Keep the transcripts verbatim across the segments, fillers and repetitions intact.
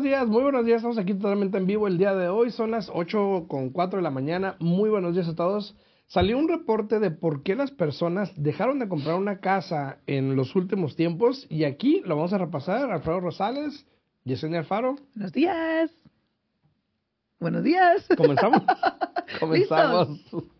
días, muy buenos días. Estamos aquí totalmente en vivo el día de hoy. Son las ocho con cuatro de la mañana. Muy buenos días a todos. Salió un reporte de por qué las personas dejaron de comprar una casa en los últimos tiempos. Y aquí lo vamos a repasar. Alfredo Rosales, Yesenia Alfaro. Buenos días. Buenos días. ¿Comenzamos? Comenzamos.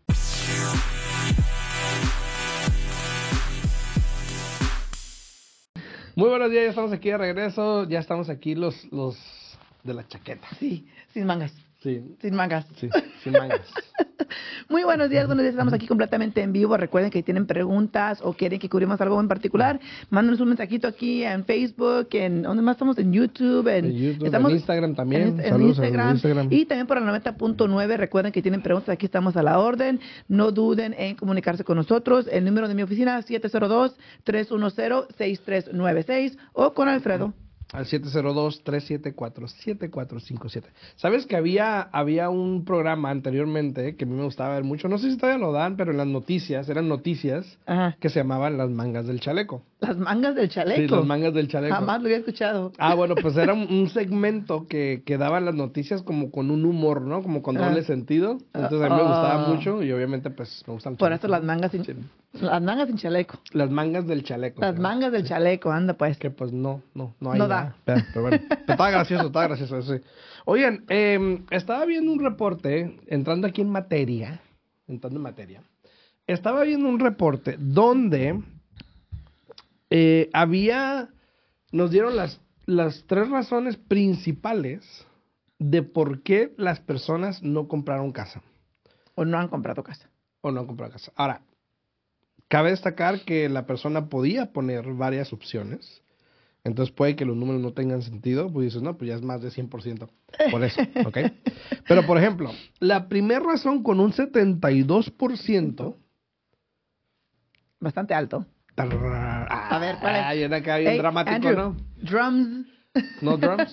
Muy buenos días, ya estamos aquí de regreso. Ya estamos aquí los, los de la chaqueta. Sí, sin mangas. Sí. Sin mangas. Sí, sin mangas. Muy buenos días, buenos días. Estamos aquí completamente en vivo. Recuerden que si tienen preguntas o quieren que cubrimos algo en particular, mándenos un mensajito aquí en Facebook, en ¿dónde más estamos? En YouTube, en, en, YouTube, estamos, en Instagram también. En, en Saludos Instagram, en Instagram. Y también por el noventa punto nueve. Recuerden que tienen preguntas, aquí estamos a la orden. No duden en comunicarse con nosotros. El número de mi oficina siete cero dos, tres uno cero, seis tres nueve seis o con Alfredo. Al siete cero dos, tres siete cuatro, siete cuatro cinco siete. ¿Sabes que había, había un programa anteriormente que a mí me gustaba ver mucho? No sé si todavía lo dan, pero en las noticias, eran noticias Ajá. que se llamaban Las Mangas del Chaleco. Las mangas del chaleco. Sí, Las Mangas del Chaleco. Jamás lo había escuchado. Ah, bueno, pues era un, un segmento que, que daban las noticias como con un humor, ¿no? Como con doble uh, sentido. Entonces a mí me gustaba uh, mucho y obviamente pues me gustan. Por eso las mangas sin, sí. Las mangas sin chaleco. Las mangas del chaleco. Las mangas del chaleco, anda pues. Que pues no, no, no hay No nada. da. Pero, pero bueno, pero estaba gracioso, estaba gracioso, sí. Oigan, eh, estaba viendo un reporte, entrando aquí en materia, entrando en materia, estaba viendo un reporte donde eh, había, nos dieron las, las tres razones principales de por qué las personas no compraron casa. O no han comprado casa. O no han comprado casa. Ahora, cabe destacar que la persona podía poner varias opciones. Entonces puede que los números no tengan sentido, pues dices, no, pues ya es más de cien por ciento por eso, ¿ok? Pero, por ejemplo, la primera razón con un setenta y dos por ciento... Bastante alto. Ah, a ver, ¿cuál es? Ay, era acá bien hey, dramático, Andrew, ¿no? Drums. ¿No drums?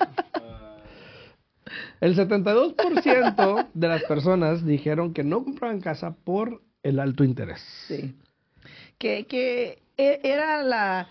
El setenta y dos por ciento de las personas dijeron que no compraban casa por el alto interés. Sí. Que, que era la...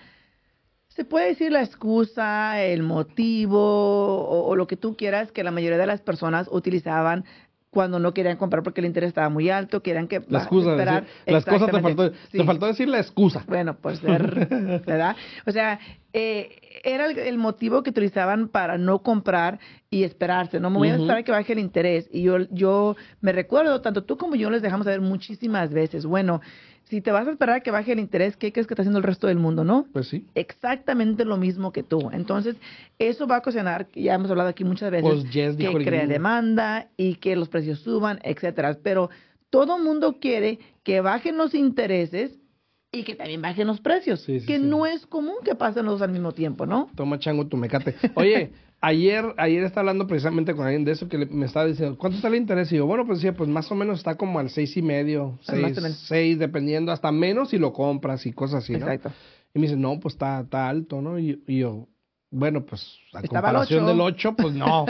Se puede decir la excusa, el motivo o, o lo que tú quieras que la mayoría de las personas utilizaban cuando no querían comprar porque el interés estaba muy alto, querían que la excusa, esperar. Decir, la excusa te faltó, sí. te faltó decir la excusa. Bueno, pues ser, ¿verdad? O sea, eh, era el, el motivo que utilizaban para no comprar y esperarse. No me voy uh-huh. a esperar que baje el interés. Y yo, yo me recuerdo, tanto tú como yo les dejamos saber muchísimas veces, bueno, si te vas a esperar a que baje el interés, ¿qué crees que está haciendo el resto del mundo, no? Pues sí. Exactamente lo mismo que tú. Entonces, eso va a ocasionar, ya hemos hablado aquí muchas veces, pues yes, que crea demanda y que los precios suban, etcétera. Pero todo mundo quiere que bajen los intereses y que también bajen los precios, sí, sí, que sí. no es común que pasen los dos al mismo tiempo, ¿no? Toma chango tu mecate. Oye, ayer ayer estaba hablando precisamente con alguien de eso que le, me estaba diciendo, ¿cuánto está el interés? Y yo, bueno, pues decía, pues más o menos está como al seis y medio, seis, seis, dependiendo, hasta menos si lo compras y cosas así, ¿no? Exacto. Y me dice, no, pues está, está alto, ¿no? Y, y yo, bueno, pues a Estaba comparación del ocho, pues no.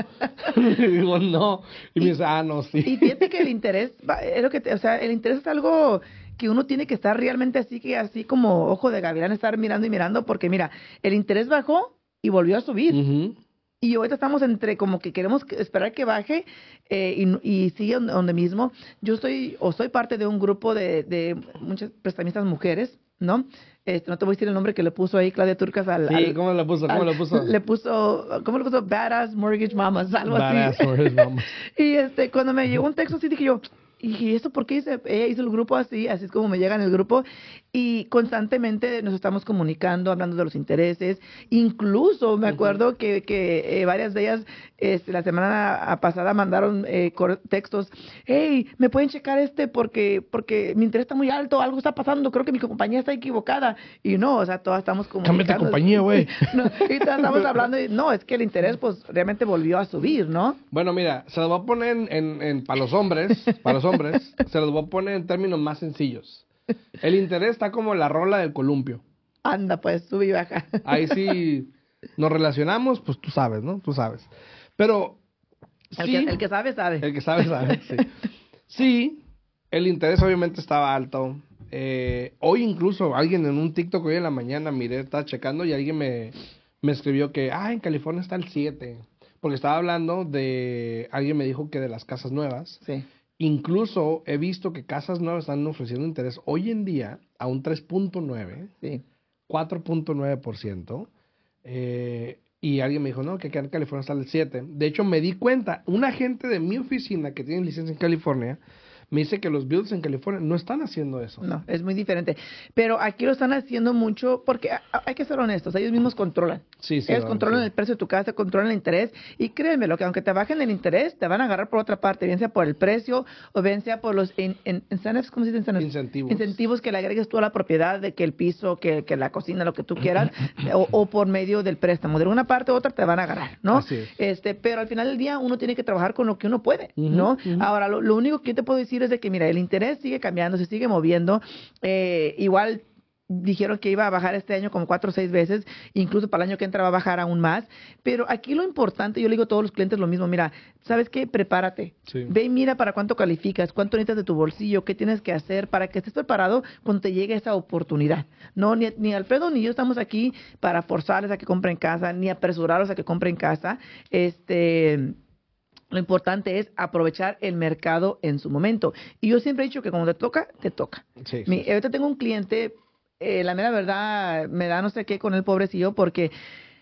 Y digo, no. Y, y me dice, ah, no, sí. Y fíjate que el interés, es lo que te, o sea, el interés es algo que uno tiene que estar realmente así, que así como ojo de gavilán, estar mirando y mirando, porque mira, el interés bajó y volvió a subir. Uh-huh. Y ahorita estamos entre como que queremos esperar que baje eh, y, y sigue donde, donde mismo. Yo estoy, o soy parte de un grupo de, de muchas prestamistas mujeres, ¿no? Este, no te voy a decir el nombre que le puso ahí Claudia Turcas al... Sí, al, ¿cómo le puso? ¿Cómo al, le puso? Le puso, ¿cómo le puso? Badass Mortgage Mamas, algo Badass así. Mortgage Mamas. Y este, cuando me llegó un texto así, dije yo, ¿y eso por qué hice? Ella hizo el grupo así, así es como me llega en el grupo. Y constantemente nos estamos comunicando, hablando de los intereses. Incluso me acuerdo uh-huh. que, que eh, varias de ellas este, la semana pasada mandaron eh, textos. Hey, ¿me pueden checar este? Porque porque mi interés está muy alto, algo está pasando, creo que mi compañía está equivocada. Y no, o sea, todas estamos comunicando. Cámbiate compañía, güey. No, y todas estamos hablando y no, es que el interés pues realmente volvió a subir, ¿no? Bueno, mira, se los voy a poner en, en, en para los hombres, para los hombres, se los voy a poner en términos más sencillos. El interés está como la rola del columpio. Anda, pues, sube y baja. Ahí sí nos relacionamos, pues tú sabes, ¿no? Tú sabes. Pero el, sí, que, el que sabe, sabe. El que sabe, sabe, sí. Sí, el interés obviamente estaba alto. Eh, hoy incluso alguien en un TikTok hoy en la mañana, miré, estaba checando y alguien me, me escribió que, ah, en California está el siete. Porque estaba hablando de, alguien me dijo que de las casas nuevas, Sí. incluso he visto que casas nuevas están ofreciendo interés hoy en día a un tres punto nueve, Sí. cuatro punto nueve por ciento, eh, y alguien me dijo, no, que acá en California está el siete. De hecho, me di cuenta, un agente de mi oficina que tiene licencia en California, me dice que los builds en California no están haciendo eso. No, es muy diferente. Pero aquí lo están haciendo mucho porque a- a- hay que ser honestos, ellos mismos controlan. Sí, sí. Ellos vamos, controlan sí. el precio de tu casa, controlan el interés. Y créeme, lo que aunque te bajen el interés, te van a agarrar por otra parte, bien sea por el precio o bien sea por los in- in- incentives, ¿cómo se dice incentives? Incentivos. Incentivos que le agregues tú a la propiedad, de que el piso, que, que la cocina, lo que tú quieras, o, o por medio del préstamo. De una parte u otra te van a agarrar, ¿no? Así es. Este, pero al final del día uno tiene que trabajar con lo que uno puede, Ujú, ¿no? ujú. Ahora, lo, lo único que yo te puedo decir es de que, mira, el interés sigue cambiando, se sigue moviendo. Eh, igual dijeron que iba a bajar este año como cuatro o seis veces, incluso para el año que entra va a bajar aún más. Pero aquí lo importante, yo le digo a todos los clientes lo mismo, mira, ¿sabes qué? Prepárate. Sí. Ve y mira para cuánto calificas, cuánto necesitas de tu bolsillo, qué tienes que hacer para que estés preparado cuando te llegue esa oportunidad. No, ni, ni Alfredo ni yo estamos aquí para forzarles a que compren casa, ni apresurarlos a que compren casa. Este... Lo importante es aprovechar el mercado en su momento. Y yo siempre he dicho que cuando te toca, te toca. Sí, Mi, sí. ahorita tengo un cliente, eh, la mera verdad, me da no sé qué con el pobrecillo, porque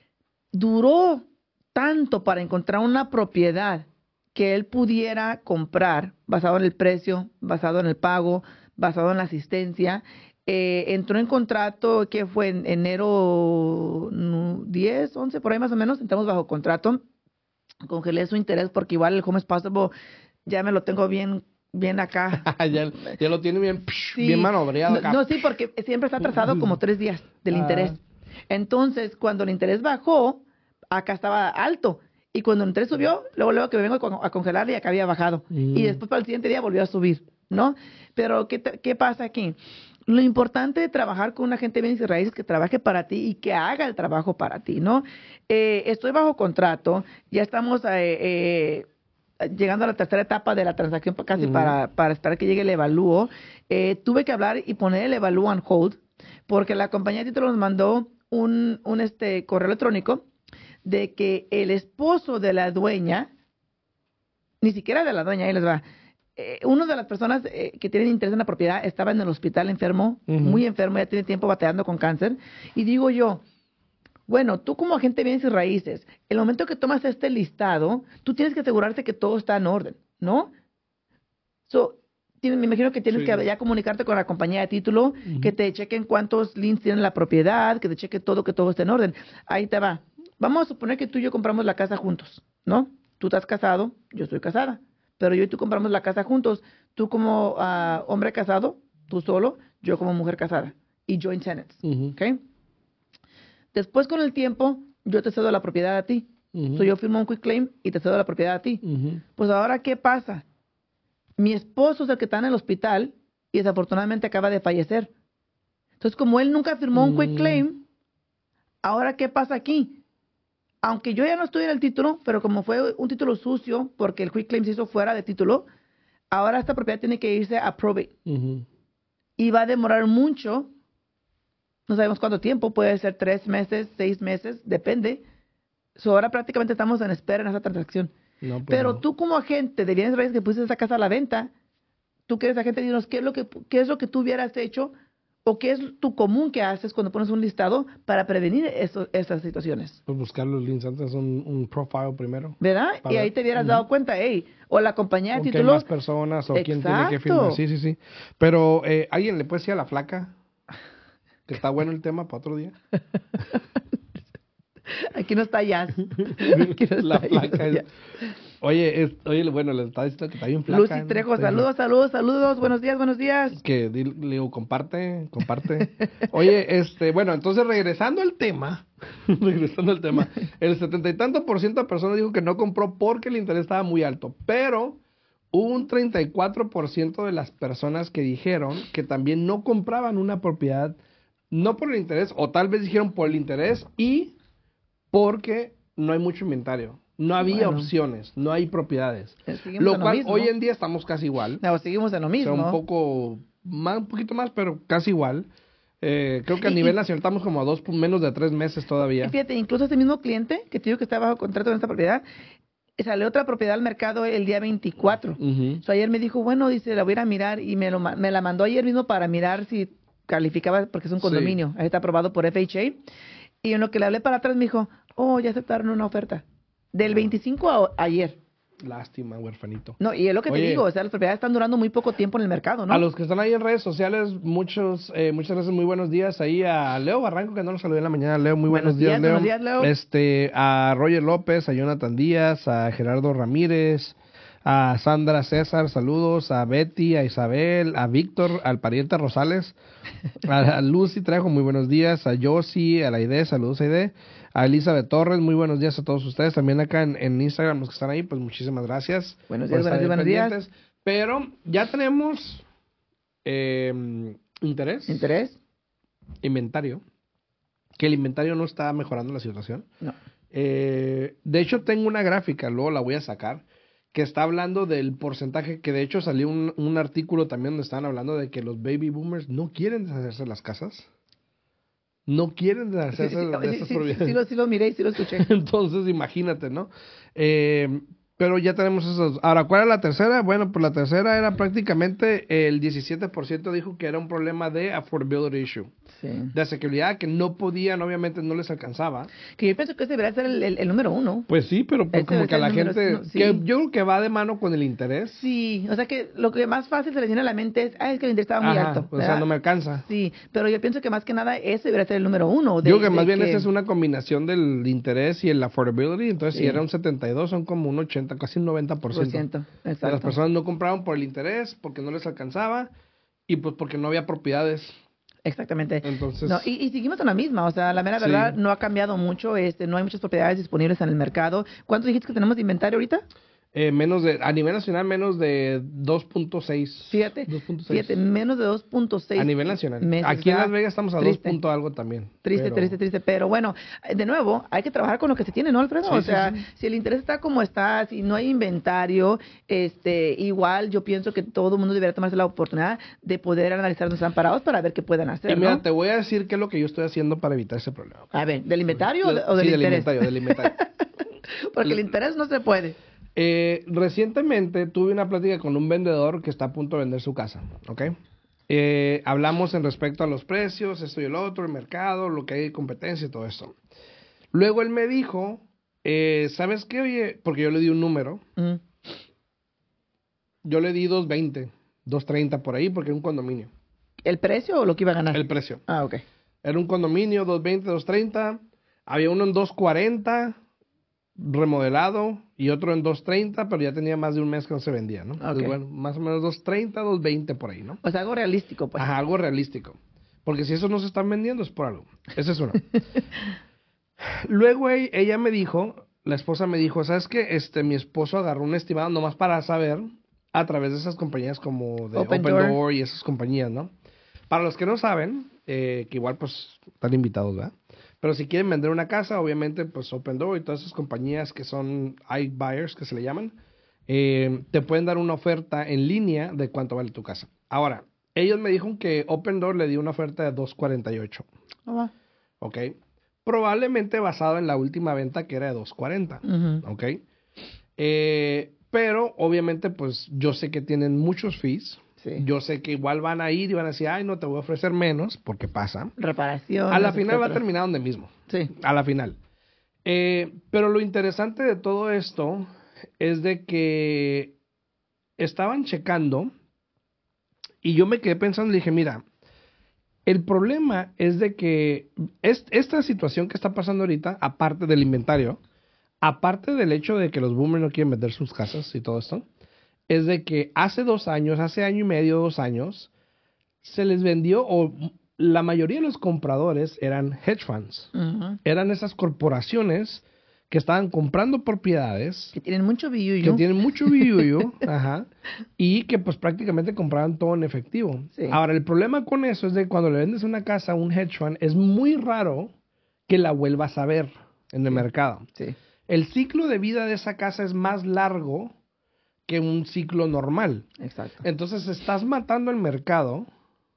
duró tanto para encontrar una propiedad que él pudiera comprar, basado en el precio, basado en el pago, basado en la asistencia. Eh, entró en contrato, que fue en enero no, diez, once, por ahí más o menos, entramos bajo contrato. Congelé su interés porque igual el Home is Possible ya me lo tengo bien bien acá. ya, ya lo tiene bien, Sí. bien manobreado No, acá. no, sí, porque siempre está atrasado como tres días del Ah. interés. Entonces, cuando el interés bajó, acá estaba alto. Y cuando el interés subió, luego luego que me vengo a con- a congelar y acá había bajado. Mm. Y después para el siguiente día volvió a subir, ¿no? Pero, ¿qué, te- qué pasa aquí? Lo importante de trabajar con un agente de bienes y raíces que trabaje para ti y que haga el trabajo para ti, ¿no? Eh, estoy bajo contrato, ya estamos eh, eh, llegando a la tercera etapa de la transacción pa- casi Ujú. para, para esperar que llegue el evalúo. Eh, tuve que hablar y poner el evalúo on hold porque la compañía de títulos nos mandó un, un este, correo electrónico de que el esposo de la dueña, ni siquiera de la dueña, ahí les va, eh, una de las personas eh, que tienen interés en la propiedad estaba en el hospital enfermo, Ujú. muy enfermo, ya tiene tiempo batallando con cáncer. Y digo yo, bueno, tú como agente de bienes y raíces, el momento que tomas este listado, tú tienes que asegurarte que todo está en orden, ¿no? So, tienes- me imagino que tienes Sí. que ya comunicarte con la compañía de título, Ujú. que te chequen cuántos liens tiene la propiedad, que te chequen todo, que todo esté en orden. Ahí te va. Vamos a suponer que tú y yo compramos la casa juntos, ¿no? Tú estás casado, yo estoy casada, pero yo y tú compramos la casa juntos. Tú como ah, hombre casado, tú solo, yo como mujer casada. Y joint tenants, Ujú. ¿ok? Después con el tiempo, yo te cedo la propiedad a ti. Ujú. So, yo firmo un quick claim y te cedo la propiedad a ti. Ujú. Pues ahora, ¿qué pasa? Mi esposo es el que está en el hospital y desafortunadamente acaba de fallecer. Entonces, como él nunca firmó un quick Mm. claim, ahora, ¿qué pasa aquí? Aunque yo ya no estoy en el título, pero como fue un título sucio, porque el quick claim se hizo fuera de título, ahora esta propiedad tiene que irse a probate. Ujú. Y va a demorar mucho, no sabemos cuánto tiempo, puede ser tres meses, seis meses, depende. So, ahora prácticamente estamos en espera en esa transacción. No, pues Pero no. tú como agente de bienes raíces que pusiste esa casa a la venta, tú que eres agente, dinos qué es lo que qué es lo que tú hubieras hecho o qué es tu común que haces cuando pones un listado para prevenir eso- esas situaciones. Pues buscar los links antes, un, un profile primero. ¿Verdad? Para Y ahí ver. te hubieras Ujú. dado cuenta, hey, o la compañía de O que hay título. más personas o quién tiene que firmar. Exacto. Sí, sí, sí. Pero, eh, ¿alguien le puede decir a la flaca que está bueno el tema para otro día? Aquí no está Jazz. Aquí no La está flaca Jazz. es- Oye, es- oye, bueno, le está diciendo que está bien flaca. Lucy ¿no? Trejo, Está bien saludos, saludos, saludos. Buenos días, buenos días. que di- le digo, comparte, comparte. Oye, este, bueno, entonces regresando al tema, regresando al tema, el setenta y tanto por ciento de personas dijo que no compró porque el interés estaba muy alto, pero hubo un treinta y cuatro por ciento de las personas que dijeron que también no compraban una propiedad, no por el interés, o tal vez dijeron por el interés y porque no hay mucho inventario. No había Bueno. opciones, no hay propiedades. Eh, seguimos Lo en lo cual mismo. hoy en día estamos casi igual. No, seguimos en lo O sea, mismo. un poco más, un poquito más, pero casi igual. Eh, creo que a Y- nivel y- nacional estamos como a dos, pu- menos de tres meses todavía. Fíjate, incluso ese mismo cliente que te digo que está bajo contrato en esta propiedad, salió otra propiedad al mercado el día veinticuatro. Ujú. So, ayer me dijo, bueno, dice, la voy a ir a mirar y me, lo, ma- me la mandó ayer mismo para mirar si calificaba, porque es un Sí. condominio. Ahí está aprobado por F H A. Y en lo que le hablé para atrás me dijo, oh, ya aceptaron una oferta. Del veinticinco a ayer. Lástima, huerfanito. No, y es lo que Oye, te digo, o sea, las propiedades están durando muy poco tiempo en el mercado, ¿no? a los que están ahí en redes sociales, muchos, eh, muchas gracias, muy buenos días. Ahí a Leo Barranco, que no lo saludé en la mañana. Leo, muy buenos, Buenos días, días, Leo. buenos días, Leo. Este, a Roger López, a Jonathan Díaz, a Gerardo Ramírez, a Sandra César, saludos, a Betty, a Isabel, a Víctor, al pariente Rosales, a, a Lucy Trejo, muy buenos días, a Josie, a la Aide, saludos Aide, a Elizabeth Torres, muy buenos días a todos ustedes, también acá en, en Instagram, los que están ahí, pues muchísimas gracias. Buenos por días, estar buenos ahí días, buenos días. pendientes. Pero ya tenemos eh, interés, ¿Interés? inventario, que el inventario no está mejorando la situación. No. Eh, de hecho, tengo una gráfica, luego la voy a sacar, que está hablando del porcentaje, que de hecho salió un, un artículo también donde estaban hablando de que los baby boomers no quieren deshacerse de las casas. No quieren Sí, deshacerse sí, de sí, esas sí, propiedades. sí lo, sí lo miré y sí lo escuché. Entonces, imagínate, ¿no? Eh, pero ya tenemos esos. Ahora, ¿cuál era la tercera? Bueno, pues la tercera era prácticamente el diecisiete por ciento dijo que era un problema de affordability issue. Sí. De asequibilidad, que no podían, obviamente no les alcanzaba. Que yo pienso que ese debería ser el, el, el número uno. Pues sí, pero pues Ese como debe que a ser la el número gente, uno, sí. que yo creo que va de mano con el interés. Sí, o sea que lo que más fácil se le viene a la mente es, ah, es que el interés estaba muy Ajá, alto. o sea, ¿verdad? no me alcanza. Sí, pero yo pienso que más que nada ese debería ser el número uno. De, Yo creo que de más bien que- esa es una combinación del interés y el affordability. Entonces, Sí. si era un setenta y dos, son como un ochenta, casi un noventa por ciento. Por ciento, De exacto. las personas no compraron por el interés, porque no les alcanzaba y pues porque no había propiedades. Exactamente. Entonces, No, y, y seguimos en la misma, o sea, la mera Sí. verdad no ha cambiado mucho, este, no hay muchas propiedades disponibles en el mercado. ¿Cuántos dijiste que tenemos de inventario ahorita? eh, menos de, a nivel nacional, menos de dos punto seis. Fíjate, dos punto seis. fíjate, menos de dos punto seis A nivel nacional. meses, Aquí en o sea, Las Vegas estamos a dos triste. punto algo también. Triste, pero- triste, triste, pero bueno, de nuevo, hay que trabajar con lo que se tiene, ¿no, Alfredo? Sí, o sí, sea, sí. si el interés está como está, si no hay inventario, este, igual yo pienso que todo el mundo debería tomarse la oportunidad de poder analizar nuestros amparados para ver qué pueden hacer, Y mira, ¿no? te voy a decir qué es lo que yo estoy haciendo para evitar ese problema. A ver, ¿del inventario o, de- Sí, o del del interés? inventario, del inventario. Porque el interés no se puede. Eh, recientemente tuve una plática con un vendedor que está a punto de vender su casa, ¿ok? Eh, hablamos en respecto a los precios, esto y el otro, el mercado, lo que hay de competencia y todo esto. Luego él me dijo, eh, ¿sabes qué? Oye, porque yo le di un número, Mm. yo le di doscientos veinte, doscientos treinta por ahí, porque era un condominio, ¿El precio o lo que iba a ganar? el precio. Ah, ok. Era un condominio, doscientos veinte, doscientos treinta, había uno en doscientos cuarenta, remodelado, y otro en doscientos treinta, pero ya tenía más de un mes que no se vendía, ¿no? Entonces, Ok. bueno, más o menos doscientos treinta, doscientos veinte por ahí, ¿no? O sea, algo realístico, pues. Ajá, algo realístico. Porque si esos no se están vendiendo es por algo. Ese es uno. Luego e- ella me dijo, la esposa me dijo, ¿sabes qué? Este, mi esposo agarró un estimado nomás para saber a través de esas compañías como de Open Open, Door. Door. y esas compañías, ¿no? Para los que no saben, eh, que igual pues están invitados, ¿verdad? Pero si quieren vender una casa, obviamente pues Open Door y todas esas compañías que son iBuyers, que se le llaman, eh, te pueden dar una oferta en línea de cuánto vale tu casa. Ahora, ellos me dijeron que Open Door le dio una oferta de doscientos cuarenta y ocho, Ah, va. ¿ok? Probablemente basado en la última venta que era de doscientos cuarenta, Ujú. ¿ok? Eh, pero obviamente pues yo sé que tienen muchos fees. Sí. Yo sé que igual van a ir y van a decir, ay, no te voy a ofrecer menos, porque pasa. Reparación. A la final va a terminar donde mismo. Sí. A la final. Eh, pero lo interesante de todo esto es de que estaban checando y yo me quedé pensando y dije, mira, el problema es de que es, esta situación que está pasando ahorita, aparte del inventario, aparte del hecho de que los boomers no quieren vender sus casas y todo esto, es de que hace dos años, hace año y medio, dos años, se les vendió, o la mayoría de los compradores eran hedge funds. Ujú. Eran esas corporaciones que estaban comprando propiedades, Que tienen mucho que billuyo. tienen mucho billuyo, ajá, y que pues prácticamente compraban todo en efectivo. Sí. Ahora, el problema con eso es de cuando le vendes una casa a un hedge fund, es muy raro que la vuelvas a ver en el Sí. mercado. Sí. El ciclo de vida de esa casa es más largo que un ciclo normal. Exacto. Entonces estás matando el mercado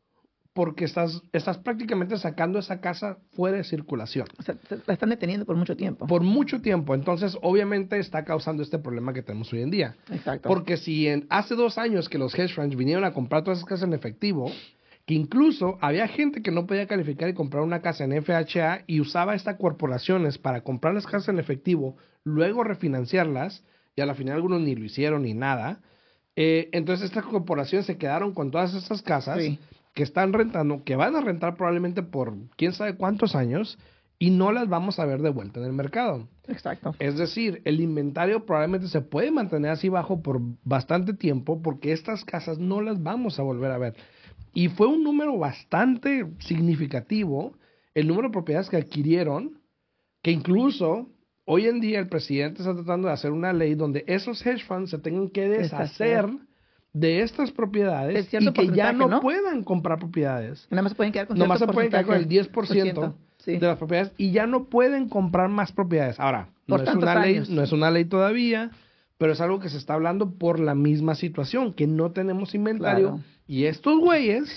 porque estás, estás prácticamente sacando esa casa fuera de circulación. O sea, la están deteniendo por mucho tiempo. Por mucho tiempo. Entonces, obviamente, está causando este problema que tenemos hoy en día. Exacto. Porque si en, hace dos años que los hedge funds vinieron a comprar todas esas casas en efectivo, que incluso había gente que no podía calificar y comprar una casa en F H A y usaba estas corporaciones para comprar las casas en efectivo, luego refinanciarlas, y a la final algunos ni lo hicieron ni nada. Eh, entonces, estas corporaciones se quedaron con todas estas casas. Sí. Que están rentando, que van a rentar probablemente por quién sabe cuántos años y no las vamos a ver de vuelta en el mercado. Exacto. Es decir, el inventario probablemente se puede mantener así bajo por bastante tiempo porque estas casas no las vamos a volver a ver. Y fue un número bastante significativo el número de propiedades que adquirieron, que incluso hoy en día el presidente está tratando de hacer una ley donde esos hedge funds se tengan que deshacer de estas propiedades y que ya no, ¿no? puedan comprar propiedades. Nada más se pueden quedar con, Nomás se pueden quedar con el diez por ciento sí. de las propiedades y ya no pueden comprar más propiedades. Ahora, no es, una ley, no es una ley todavía, pero es algo que se está hablando por la misma situación, que no tenemos inventario. Claro. Y estos güeyes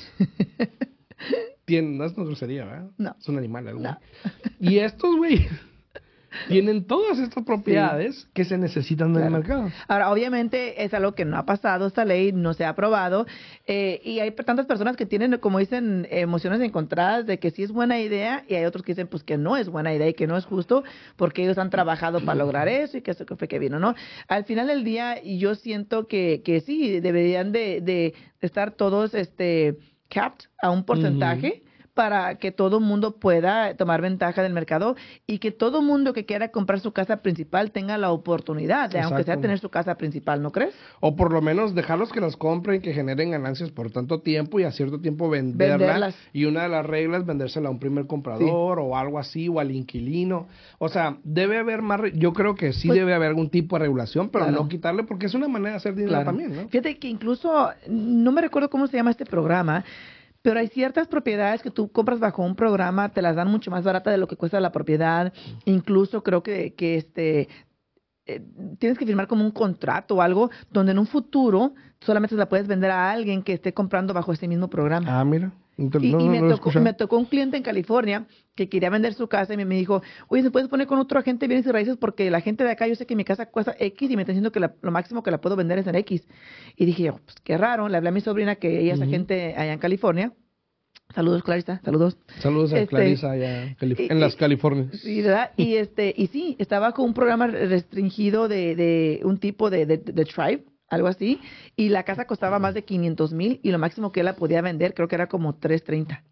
tienen, no es una grosería, ¿verdad? No. Es un animal, el güey. No. Y estos güeyes tienen todas estas propiedades sí. que se necesitan claro. en el mercado. Ahora, obviamente, es algo que no ha pasado, esta ley no se ha aprobado, eh, y hay tantas personas que tienen, como dicen, emociones encontradas de que sí es buena idea, y hay otros que dicen, pues, que no es buena idea y que no es justo, porque ellos han trabajado para lograr eso, y que eso que fue que vino, ¿no? Al final del día, yo siento que, que sí, deberían de, de estar todos, este, capped a un porcentaje, uh-huh. para que todo el mundo pueda tomar ventaja del mercado y que todo el mundo que quiera comprar su casa principal tenga la oportunidad de, Exacto. aunque sea tener su casa principal, ¿no crees? O por lo menos dejarlos que las compren, que generen ganancias por tanto tiempo y a cierto tiempo venderla. Venderlas. Y una de las reglas, vendérsela a un primer comprador sí. o algo así, o al inquilino. O sea, debe haber más, yo creo que sí pues, debe haber algún tipo de regulación, pero claro. no quitarle porque es una manera de hacer dinero claro. también, ¿no? Fíjate que incluso, no me recuerdo cómo se llama este programa, pero hay ciertas propiedades que tú compras bajo un programa, te las dan mucho más barata de lo que cuesta la propiedad. Incluso creo que, que este eh, tienes que firmar como un contrato o algo donde en un futuro solamente se la puedes vender a alguien que esté comprando bajo ese mismo programa. Ah, mira. Y, no, y me, no tocó, me tocó un cliente en California que quería vender su casa y me, me dijo, oye, ¿se puedes poner con otro agente de bienes y raíces? Porque la gente de acá, yo sé que mi casa cuesta X y me está diciendo que la, lo máximo que la puedo vender es en X. Y dije, oh, pues qué raro. Le hablé a mi sobrina que ella es uh-huh. agente allá en California. Saludos, Clarisa, saludos. Saludos a este, Clarisa allá en, Calif- en las Californias. Sí, ¿verdad? Y, este, y sí, estaba con un programa restringido de, de un tipo de, de, de tribe, algo así, y la casa costaba más de quinientos mil y lo máximo que él la podía vender creo que era como trescientos treinta.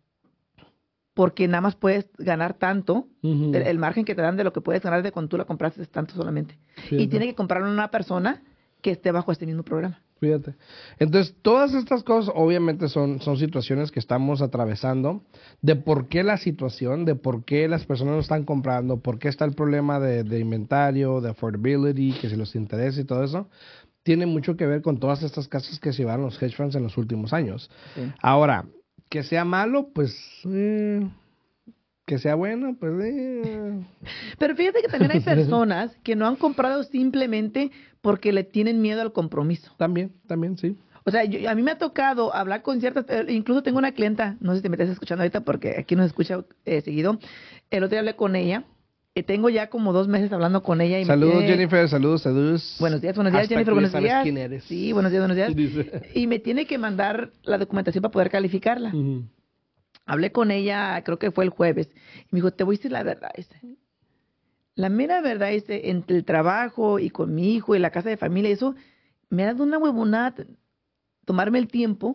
Porque nada más puedes ganar tanto, uh-huh. el, el margen que te dan de lo que puedes ganar de cuando tú la compraste es tanto solamente. Sí, y ¿no? tiene que comprarlo a una persona que esté bajo este mismo programa. Fíjate. Entonces, todas estas cosas obviamente son, son situaciones que estamos atravesando, de por qué la situación, de por qué las personas no están comprando, por qué está el problema de, de inventario, de affordability, que si los interesa y todo eso, tiene mucho que ver con todas estas casas que se llevaron los hedge funds en los últimos años. Sí. Ahora, que sea malo, pues... Eh, que sea bueno, pues... Eh. Pero fíjate que también hay personas que no han comprado simplemente porque le tienen miedo al compromiso. También, también, sí. O sea, yo, a mí me ha tocado hablar con ciertas... Incluso tengo una clienta, no sé si me estás escuchando ahorita porque aquí nos escucha eh, seguido. El otro día hablé con ella. Eh, tengo ya como dos meses hablando con ella. Y saludos, me tiene... Jennifer, saludos, saludos. Buenos días, buenos días, Hasta Jennifer, buenos días. Quién eres. Sí, buenos días, buenos días. Y me tiene que mandar la documentación para poder calificarla. Uh-huh. Hablé con ella, creo que fue el jueves. Y me dijo, te voy a decir la verdad. Dice. La mera verdad es que entre el trabajo y con mi hijo y la casa de familia, eso me ha dado una huevonada tomarme el tiempo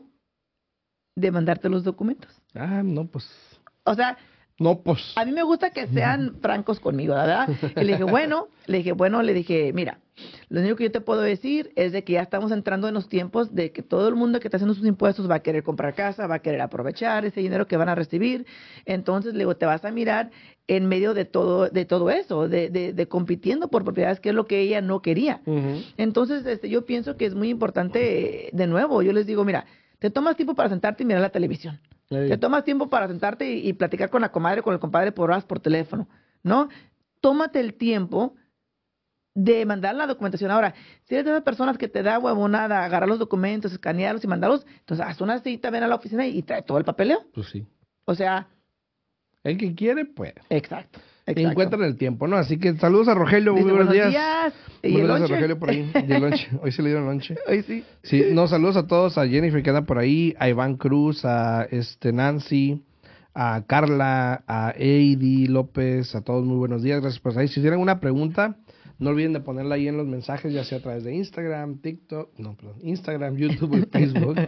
de mandarte los documentos. Ah, no, pues. O sea... No, pues. A mí me gusta que sean francos conmigo, ¿verdad? Y le dije, bueno, le dije, bueno, le dije, mira, lo único que yo te puedo decir es de que ya estamos entrando en los tiempos de que todo el mundo que está haciendo sus impuestos va a querer comprar casa, va a querer aprovechar ese dinero que van a recibir. Entonces, le digo, te vas a mirar en medio de todo, de todo eso, de, de, de compitiendo por propiedades, que es lo que ella no quería. Uh-huh. Entonces, este, yo pienso que es muy importante, de nuevo, yo les digo, mira, te tomas tiempo para sentarte y mirar la televisión. Sí. Te tomas tiempo para sentarte y, y platicar con la comadre, con el compadre por horas por teléfono, ¿no? Tómate el tiempo de mandar la documentación. Ahora, si eres de esas personas que te da huevonada agarrar los documentos, escanearlos y mandarlos, entonces haz una cita, ven a la oficina y trae todo el papeleo. Pues sí. O sea... El que quiere, pues. Exacto. Exacto. Encuentran el tiempo, ¿no? Así que saludos a Rogelio, muy Dice, buenos, buenos días. días. ¿Y el Buenos días lonche? a Rogelio por ahí. Y el lonche. Hoy se le dieron lonche. Hoy sí. Sí, no, saludos a todos, a Jennifer que anda por ahí, a Iván Cruz, a este Nancy, a Carla, a Eidi López, a todos muy buenos días, gracias por estar ahí. Si tienen una pregunta, no olviden de ponerla ahí en los mensajes, ya sea a través de Instagram, TikTok, no, perdón, Instagram, YouTube y Facebook.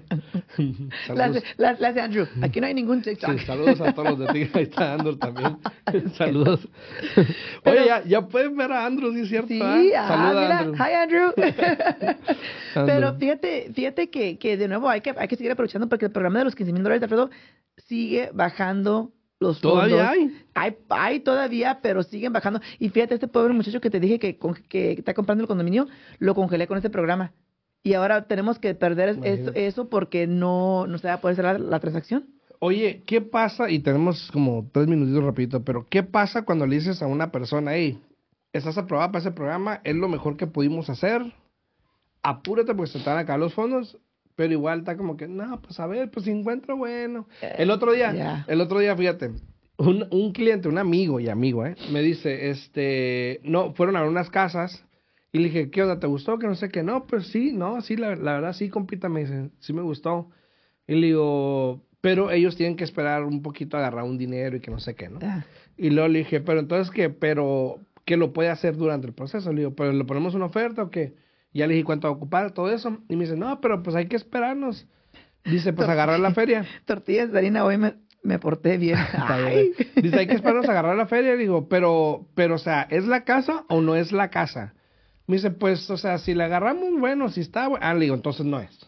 Las, las, las de Andrew, aquí no hay ningún TikTok. Sí, saludos a todos los de TikTok, ahí está Andrew también. Saludos. Pero, oye, ya, ya pueden ver a Andrew, ¿sí es cierto? Sí, ¿eh? ah, Saluda, mira, Andrew. hi Andrew. Andrew. Pero fíjate, fíjate que, que de nuevo hay que, hay que seguir aprovechando porque el programa de los quince mil dólares de Alfredo sigue bajando los fondos. ¿Todavía hay? Hay, hay todavía, pero siguen bajando. Y fíjate, este pobre muchacho que te dije que, con- que está comprando el condominio, lo congelé con este programa. Y ahora tenemos que perder eso, Imagínate. eso porque no, no se va a poder hacer la, la transacción. Oye, ¿qué pasa? Y tenemos como tres minutitos rapidito, pero ¿qué pasa cuando le dices a una persona, hey, estás aprobada para ese programa, es lo mejor que pudimos hacer, apúrate porque se te van a acabar los fondos, pero igual está como que, no, pues a ver, pues si encuentro bueno. El otro día, ya. el otro día, fíjate, un, un cliente, un amigo y amigo, ¿eh? Me dice, este, no, fueron a ver unas casas y le dije, ¿qué onda? ¿Te gustó? Que no sé qué, no, pues sí, no, sí, la, la verdad sí, compita, me dice, sí me gustó. Y le digo, pero ellos tienen que esperar un poquito a agarrar un dinero y que no sé qué, ¿no? Ah. Y luego le dije, pero entonces qué, pero que lo puede hacer durante el proceso. Le digo, pero le ponemos una oferta o qué. Ya le dije cuánto va a ocupar, todo eso. Y me dice, no, pero pues hay que esperarnos. Dice, pues agarrar la feria. Tortillas de harina, hoy me, me porté bien. Está bien, Ay. ¿eh? Dice, hay que esperarnos a agarrar la feria. Le digo, pero, pero, o sea, ¿es la casa o no es la casa? Me dice, pues, o sea, si la agarramos, bueno, si está, bueno. Ah, le digo, entonces no es.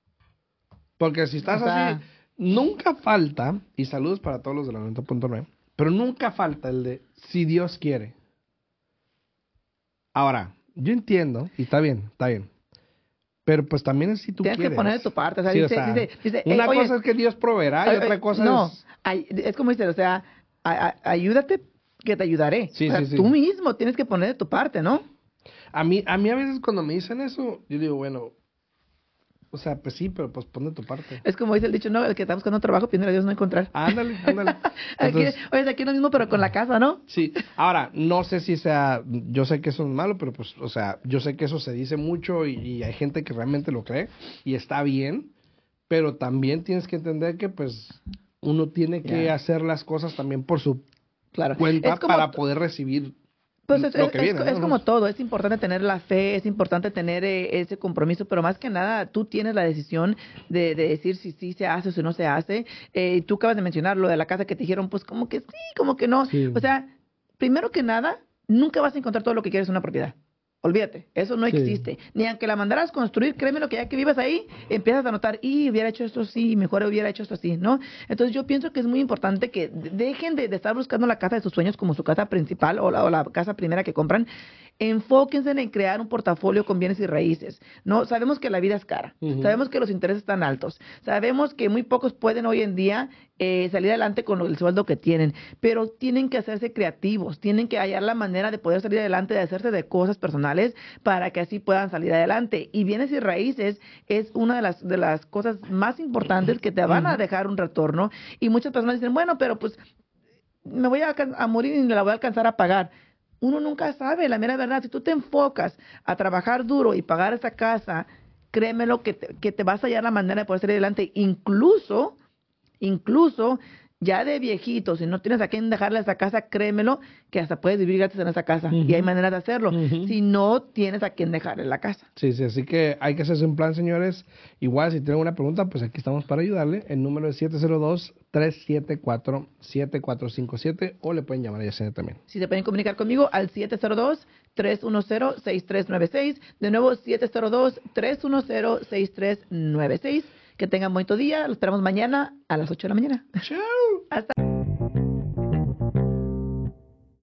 Porque si estás O sea, así, nunca falta, y saludos para todos los de la noventa punto nueve, pero nunca falta el de si Dios quiere. Ahora, yo entiendo, y está bien, está bien. Pero pues también es si tú tienes quieres. que poner de tu parte. O sea, Sí, o dice, sea, dice, dice, una eh, oye, cosa es que Dios proveerá y ay, otra ay, cosa no, es... ay, es como dice, o sea, a- a- ayúdate que te ayudaré. Sí, o sea, sí, sí. tú mismo tienes que poner de tu parte, ¿no? A mí, a mí a veces cuando me dicen eso, yo digo, bueno, o sea, pues sí, pero pues pon de tu parte. Es como dice el dicho, no, el que está buscando trabajo, pidiendo a Dios no encontrar. Ándale, ándale. Aquí, Entonces, oye, aquí es lo mismo, pero con la casa, ¿no? sí, ahora, no sé si sea, yo sé que eso es malo, pero pues, o sea, yo sé que eso se dice mucho y, y hay gente que realmente lo cree y está bien, pero también tienes que entender que pues uno tiene que Ya. hacer las cosas también por su Claro. cuenta Es como para t- poder recibir Pues es, lo es- que es- viene. es ¿no? como todo, es importante tener la fe, es importante tener eh, ese compromiso, pero más que nada tú tienes la decisión de, de decir si sí se hace o si no se hace. Eh, tú acabas de mencionar lo de la casa que te dijeron, pues como que sí, como que no. Sí. O sea, primero que nada, nunca vas a encontrar todo lo que quieres en una propiedad. Olvídate, eso no Sí. existe. Ni aunque la mandaras construir, créeme lo que ya que vivas ahí, empiezas a notar, y hubiera hecho esto así, mejor hubiera hecho esto así, ¿no? Entonces yo pienso que es muy importante que de- dejen de, de estar buscando la casa de sus sueños como su casa principal o la, o la casa primera que compran. Enfóquense en crear un portafolio con bienes y raíces, ¿no? Sabemos que la vida es cara, Ujú. sabemos que los intereses están altos, sabemos que muy pocos pueden hoy en día eh, salir adelante con el sueldo que tienen, pero tienen que hacerse creativos, tienen que hallar la manera de poder salir adelante, de hacerse de cosas personales para que así puedan salir adelante. Y bienes y raíces es una de las, de las cosas más importantes que te van a dejar un retorno. Y muchas personas dicen, bueno, pero pues me voy a, alcan- a morir y me la voy a alcanzar a pagar. Uno nunca sabe, la mera verdad. Si tú te enfocas a trabajar duro y pagar esa casa, créemelo que te, que te vas a hallar la manera de poder salir adelante. Incluso, incluso ya de viejito, si no tienes a quién dejarle esa casa, créemelo que hasta puedes vivir gratis en esa casa. Y hay Ujú. maneras de hacerlo. Ujú. Si no tienes a quién dejarle la casa. Sí, sí, así que hay que hacerse un plan, señores. Igual, si tienen una pregunta, pues aquí estamos para ayudarle. El número es siete cero dos, tres siete cuatro, siete cuatro cinco siete o le pueden llamar a Yesenia también. Si se pueden comunicar conmigo al siete cero dos, tres uno cero, seis tres nueve seis. De nuevo, siete cero dos, tres uno cero, seis tres nueve seis. Que tengan bonito día. Los esperamos mañana a las ocho de la mañana. Chao. Hasta